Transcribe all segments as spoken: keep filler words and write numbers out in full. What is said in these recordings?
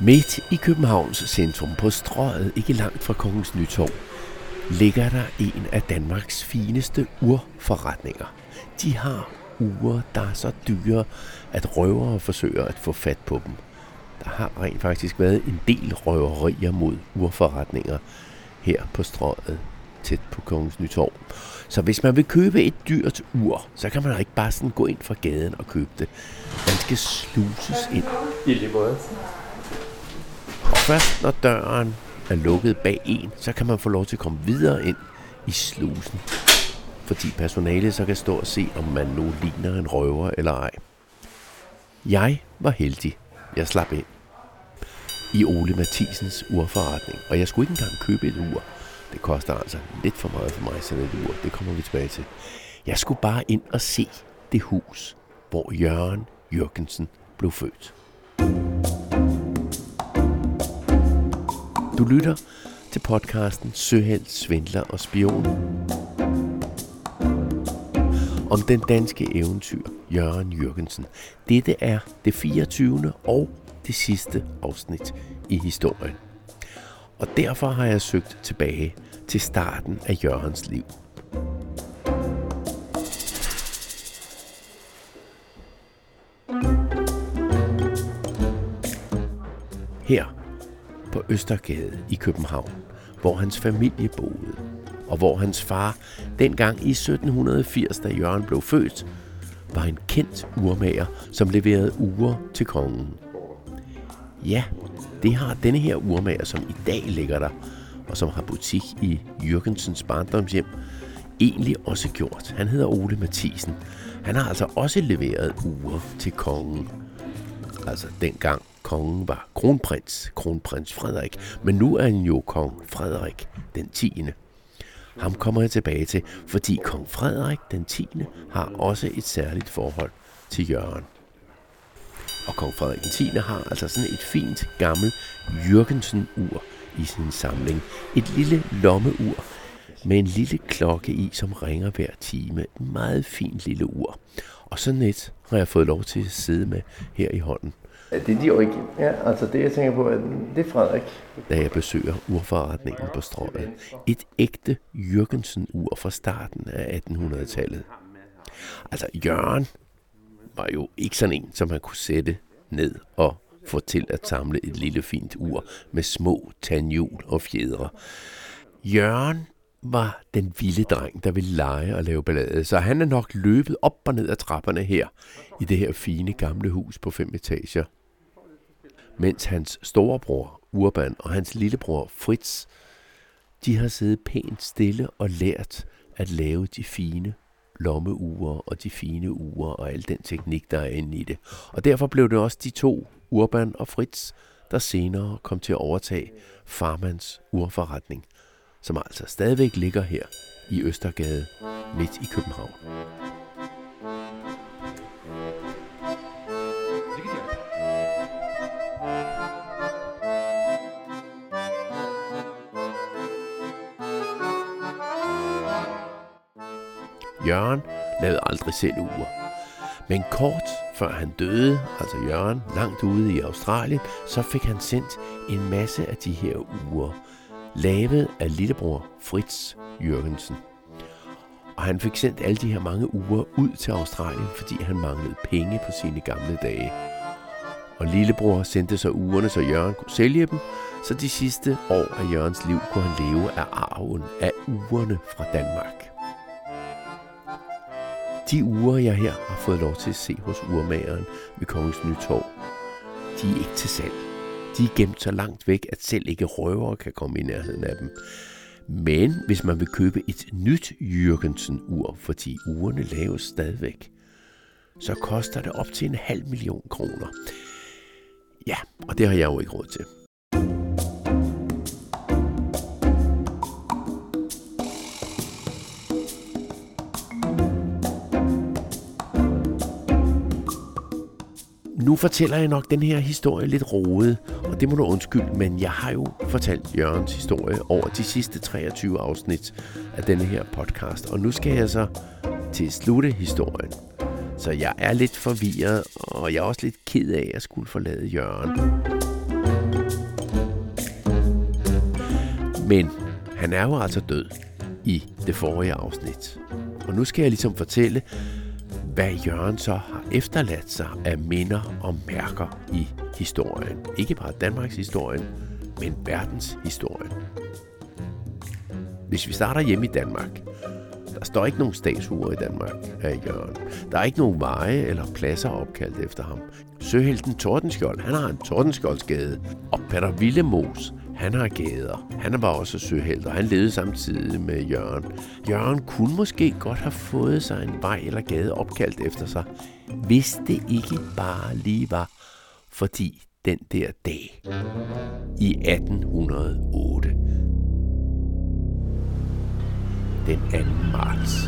Midt i Københavns centrum på Strøget, ikke langt fra Kongens Nytorv, ligger der en af Danmarks fineste urforretninger. De har ure, der er så dyre, at røvere forsøger at få fat på dem. Der har rent faktisk været en del røverier mod urforretninger her på Strøget, tæt på Kongens Nytorv. Så hvis man vil købe et dyrt ur, så kan man ikke bare sådan gå ind fra gaden og købe det. Man skal sluses ind. I lige måde. Og først når døren er lukket bag en, så kan man få lov til at komme videre ind i slusen. Fordi personalet så kan stå og se, om man nu ligner en røver eller ej. Jeg var heldig. Jeg slap ind i Ole Mathisens urforretning. Og jeg skulle ikke engang købe et ur. Det koster altså lidt for meget for mig, sådan et ur. Det kommer vi tilbage til. Jeg skulle bare ind og se det hus, hvor Jørgen Jürgensen blev født. Du lytter til podcasten Søhelt, Svindler og Spion om den danske eventyr Jørgen Jürgensen. Dette er det fireogtyvende og det sidste afsnit i historien. Og derfor har jeg søgt tilbage til starten af Jørgens liv. Her på Østergade i København, hvor hans familie boede, og hvor hans far dengang i sytten firs, da Jørgen blev født, var en kendt urmager, som leverede ure til kongen. Ja, det har denne her urmager, som i dag ligger der, og som har butik i Jürgensens barndomshjem, egentlig også gjort. Han hedder Ole Mathisen. Han har altså også leveret ure til kongen. Altså dengang kongen var kronprins, kronprins Frederik, men nu er han jo kong Frederik den tiende. Ham kommer jeg tilbage til, fordi kong Frederik den tiende har også et særligt forhold til Jørgen. Og kong Frederik den tiende har altså sådan et fint, gammelt Jürgensen-ur i sin samling. Et lille lommeur med en lille klokke i, som ringer hver time. Et meget fint lille ur. Og sådan et har jeg fået lov til at sidde med her i hånden. Det er de origin. Ja, altså det jeg tænker på, det er Frederik. Da jeg besøger urforretningen på Strøget. Et ægte Jürgensen-ur fra starten af attenhundredetallet. Altså Jørgen var jo ikke sådan en, som man kunne sætte ned og få til at samle et lille fint ur med små tandhjul og fjedre. Jørgen var den vilde dreng, der ville lege og lave ballade, så han er nok løbet op og ned ad trapperne her i det her fine gamle hus på fem etager. Mens hans storebror Urban og hans lillebror Fritz, de har siddet pænt stille og lært at lave de fine lommeure og de fine ure og al den teknik, der er inde i det. Og derfor blev det også de to, Urban og Fritz, der senere kom til at overtage farmands urforretning, som altså stadigvæk ligger her i Østergade midt i København. Jørgen lavede aldrig selv ure. Men kort før han døde, altså Jørgen, langt ude i Australien, så fik han sendt en masse af de her ure, lavet af lillebror Fritz Jürgensen. Og han fik sendt alle de her mange ure ud til Australien, fordi han manglede penge på sine gamle dage. Og lillebror sendte så urene, så Jørgen kunne sælge dem, så de sidste år af Jørgens liv kunne han leve af arven af urene fra Danmark. De ure, jeg her har fået lov til at se hos urmageren ved Kongens Nytorv, de er ikke til salg. De er gemt så langt væk, at selv ikke røvere kan komme i nærheden af dem. Men hvis man vil købe et nyt Jürgensen-ur, fordi urene laves stadigvæk, så koster det op til en halv million kroner. Ja, og det har jeg jo ikke råd til. Nu fortæller jeg nok den her historie lidt rodet, og det må du undskylde, men jeg har jo fortalt Jørgens historie over de sidste treogtyve afsnit af denne her podcast, og nu skal jeg så til slutte historien. Så jeg er lidt forvirret, og jeg er også lidt ked af, at jeg skulle forlade Jørgen. Men han er jo altså død i det forrige afsnit. Og nu skal jeg ligesom fortælle, hvad Jørgen så har efterladt sig af minder og mærker i historien. Ikke bare Danmarks historien, men verdens historien. Hvis vi starter hjemme i Danmark, der står ikke nogen statuer i Danmark af Jørgen. Der er ikke nogen veje eller pladser opkaldt efter ham. Søhelten Tordenskjold, han har en Tordenskjoldsgade, og Peter Willemoes, han har gader. Han var også søhelt, og han levede samtidig med Jørgen. Jørgen kunne måske godt have fået sig en vej eller gade opkaldt efter sig, hvis det ikke bare lige var, fordi den der dag i atten hundrede og otte, den anden marts.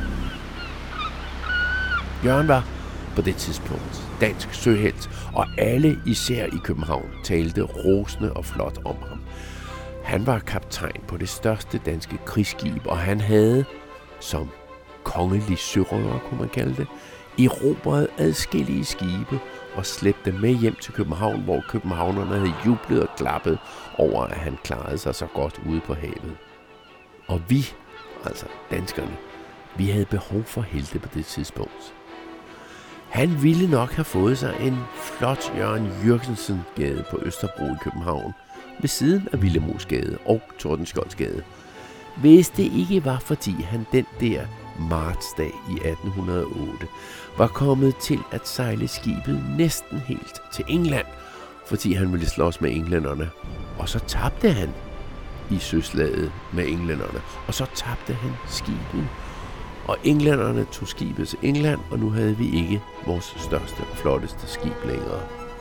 Jørgen var på det tidspunkt dansk søhelt, og alle, især i København, talte rosende og flot om ham. Han var kaptajn på det største danske krigsskib, og han havde, som kongelig sørøver, kunne man kalde det, erobret adskillige skibe og slæbt dem med hjem til København, hvor københavnerne havde jublet og klappet over, at han klarede sig så godt ude på havet. Og vi, altså danskerne, vi havde behov for helte på det tidspunkt. Han ville nok have fået sig en flot Jørgen Jürgensen-gade på Østerbro i København, ved siden af Willemoes Gade og Tordenskjoldsgade, hvis det ikke var, fordi han den der martsdag i atten hundrede og otte var kommet til at sejle skibet næsten helt til England, fordi han ville slås med englænderne. Og så tabte han i søslaget med englænderne, og så tabte han skibet. Og englænderne tog skibet til England, og nu havde vi ikke vores største og flotteste skib længere.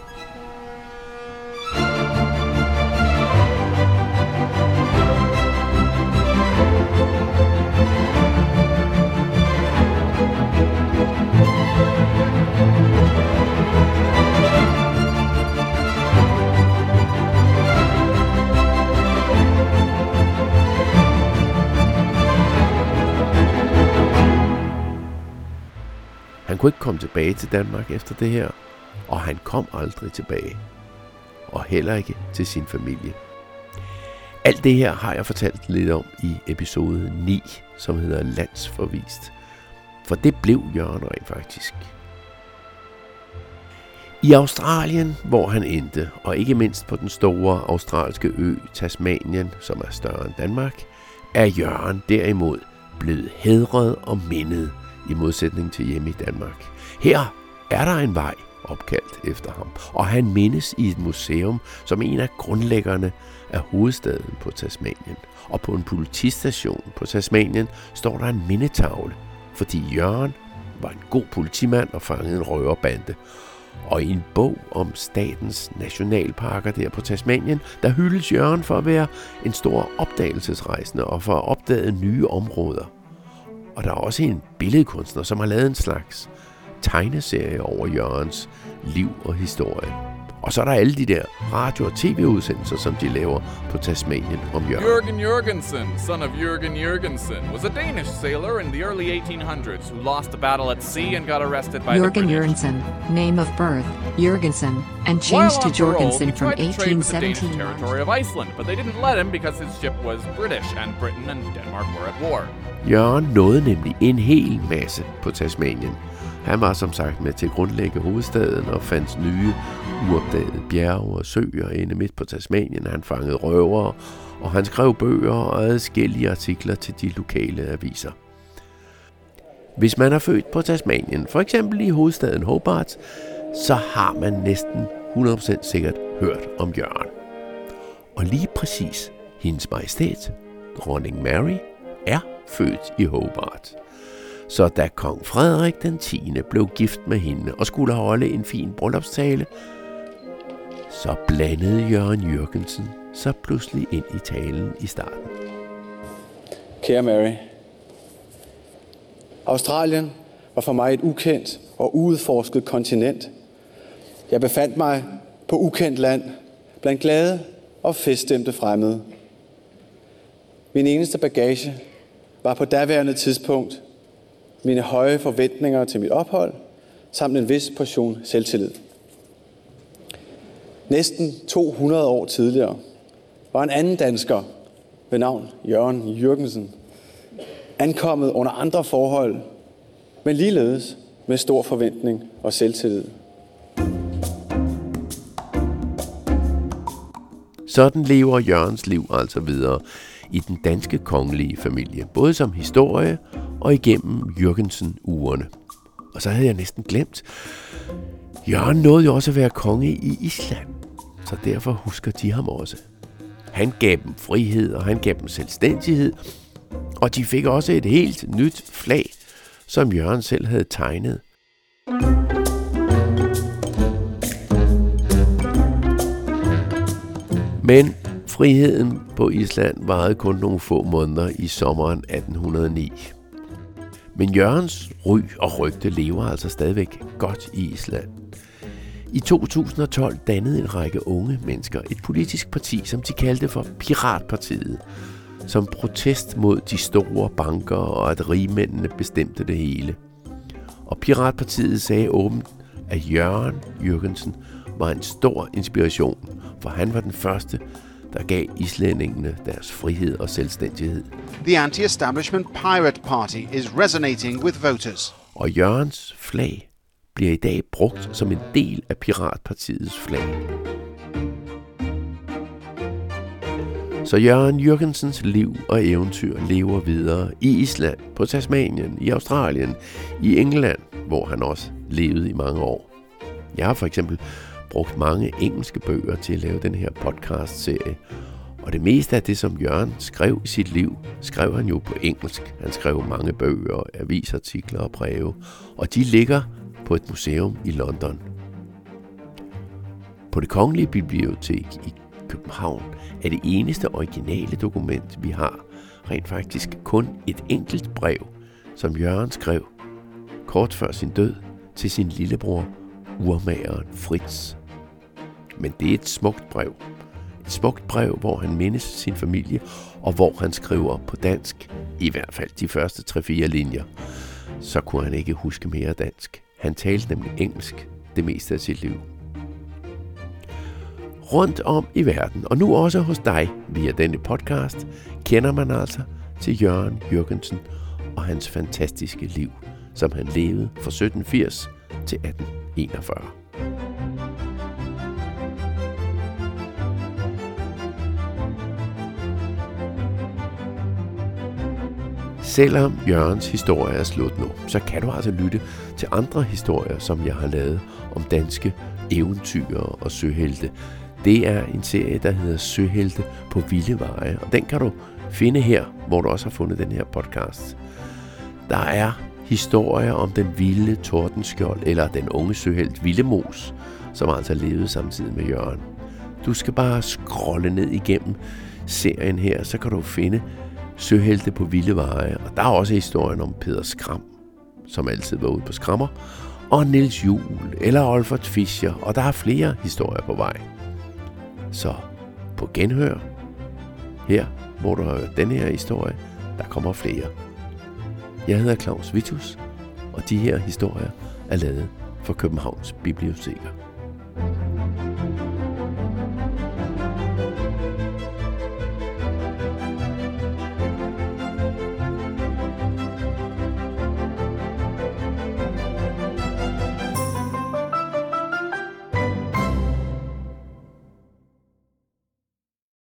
Han kunne ikke komme tilbage til Danmark efter det her, og han kom aldrig tilbage. Og heller ikke til sin familie. Alt det her har jeg fortalt lidt om i episode ni, som hedder Landsforvist. For det blev Jørgen rent faktisk. I Australien, hvor han endte, og ikke mindst på den store australske ø Tasmanien, som er større end Danmark, er Jørgen derimod blevet hædret og mindet, i modsætning til hjemme i Danmark. Her er der en vej opkaldt efter ham, og han mindes i et museum som en af grundlæggerne af hovedstaden på Tasmanien. Og på en politistation på Tasmanien står der en mindetavle, fordi Jørgen var en god politimand og fangede en røverbande. Og i en bog om statens nationalparker der på Tasmanien, der hyldes Jørgen for at være en stor opdagelsesrejsende og for at opdage nye områder. Og der er også en billedkunstner, som har lavet en slags tegneserie over Jørgens liv og historie. Og så er der alle de der radio- og tv-udsendelser, som de laver på Tasmanien om Jørgen. Jørgen Jørgensen, son of Jørgen Jørgensen, was a Danish sailor in the early eighteen hundreds who lost a battle at sea and got arrested by Jørgen the British. Jørgensen, name of birth, Jørgensen, and changed to Jørgensen from eighteen seventeen. He tried to trade with the Danish territory of Iceland, but they didn't let him because his ship was British and Britain and Denmark were at war. Jørgen nåede nemlig en hel masse på Tasmanien. Han var som sagt med til at grundlægge hovedstaden og fandt nye uopdagede bjerge og søer inde midt på Tasmanien. Han fangede røvere, og han skrev bøger og adskillige artikler til de lokale aviser. Hvis man er født på Tasmanien, for eksempel i hovedstaden Hobart, så har man næsten hundrede procent sikkert hørt om Jørgen. Og lige præcis hendes majestæt, dronning Mary, er født i Hobart. Så da kong Frederik den tiende blev gift med hende og skulle holde en fin bryllupstale, så blandede Jørgen Jørgensen sig pludselig ind i talen i starten. Kære Mary, Australien var for mig et ukendt og uudforsket kontinent. Jeg befandt mig på ukendt land, blandt glade og feststemte fremmede. Min eneste bagage var på daværende tidspunkt mine høje forventninger til mit ophold, samt en vis portion selvtillid. Næsten to hundrede år tidligere var en anden dansker ved navn Jørgen Jürgensen, ankommet under andre forhold, men ligeledes med stor forventning og selvtillid. Sådan lever Jørgens liv altså videre i den danske kongelige familie, både som historie og igennem Jürgensen-ugerne. Og så havde jeg næsten glemt, Jørgen nåede jo også at være konge i Island, så derfor husker de ham også. Han gav dem frihed, og han gav dem selvstændighed, og de fik også et helt nyt flag, som Jørgen selv havde tegnet. Men friheden på Island varede kun nogle få måneder i sommeren atten hundrede og ni. Men Jørgens ry og rygte lever altså stadigvæk godt i Island. I to tusind og tolv dannede en række unge mennesker et politisk parti, som de kaldte for Piratpartiet, som protest mod de store banker og at rigmændene bestemte det hele. Og Piratpartiet sagde åbent, at Jørgen Jürgensen var en stor inspiration, for han var den første, der gav islændingene deres frihed og selvstændighed. The anti-establishment Pirate Party is resonating with voters. Og Jørgens flag bliver i dag brugt som en del af Piratpartiets flag. Så Jørgen Jürgensens liv og eventyr lever videre i Island, på Tasmanien, i Australien, i England, hvor han også levede i mange år. Jeg har for eksempel brugt mange engelske bøger til at lave den her podcast-serie, og det meste af det, som Jørgen skrev i sit liv, skrev han jo på engelsk. Han skrev mange bøger, avisartikler og breve, og de ligger på et museum i London. På Det Kongelige Bibliotek i København er det eneste originale dokument, vi har, rent faktisk kun et enkelt brev, som Jørgen skrev kort før sin død til sin lillebror, urmageren Fritz. Men det er et smukt brev. Et smukt brev, hvor han mindes sin familie, og hvor han skriver på dansk, i hvert fald de første tre-fire linjer. Så kunne han ikke huske mere dansk. Han talte nemlig engelsk det meste af sit liv. Rundt om i verden, og nu også hos dig via denne podcast, kender man altså til Jørgen Jürgensen og hans fantastiske liv, som han levede fra sytten firs til atten enogfyrre. Selvom Jørgens historie er slut nu, så kan du altså lytte til andre historier, som jeg har lavet om danske eventyr og søhelte. Det er en serie, der hedder Søhelte på vilde veje, og den kan du finde her, hvor du også har fundet den her podcast. Der er historier om den vilde Tordenskjold, eller den unge søhelt Villemos, som altså levede samtidig med Jørgen. Du skal bare scrolle ned igennem serien her, så kan du finde Søhelte på vilde veje, og der er også historien om Peder Skram, som altid var ude på skrammer, og Niels Juel eller Olfert Fischer, og der er flere historier på vej. Så på genhør, her hvor du har hørt den her historie, der kommer flere. Jeg hedder Claus Vitus, og de her historier er lavet for Københavns Biblioteker.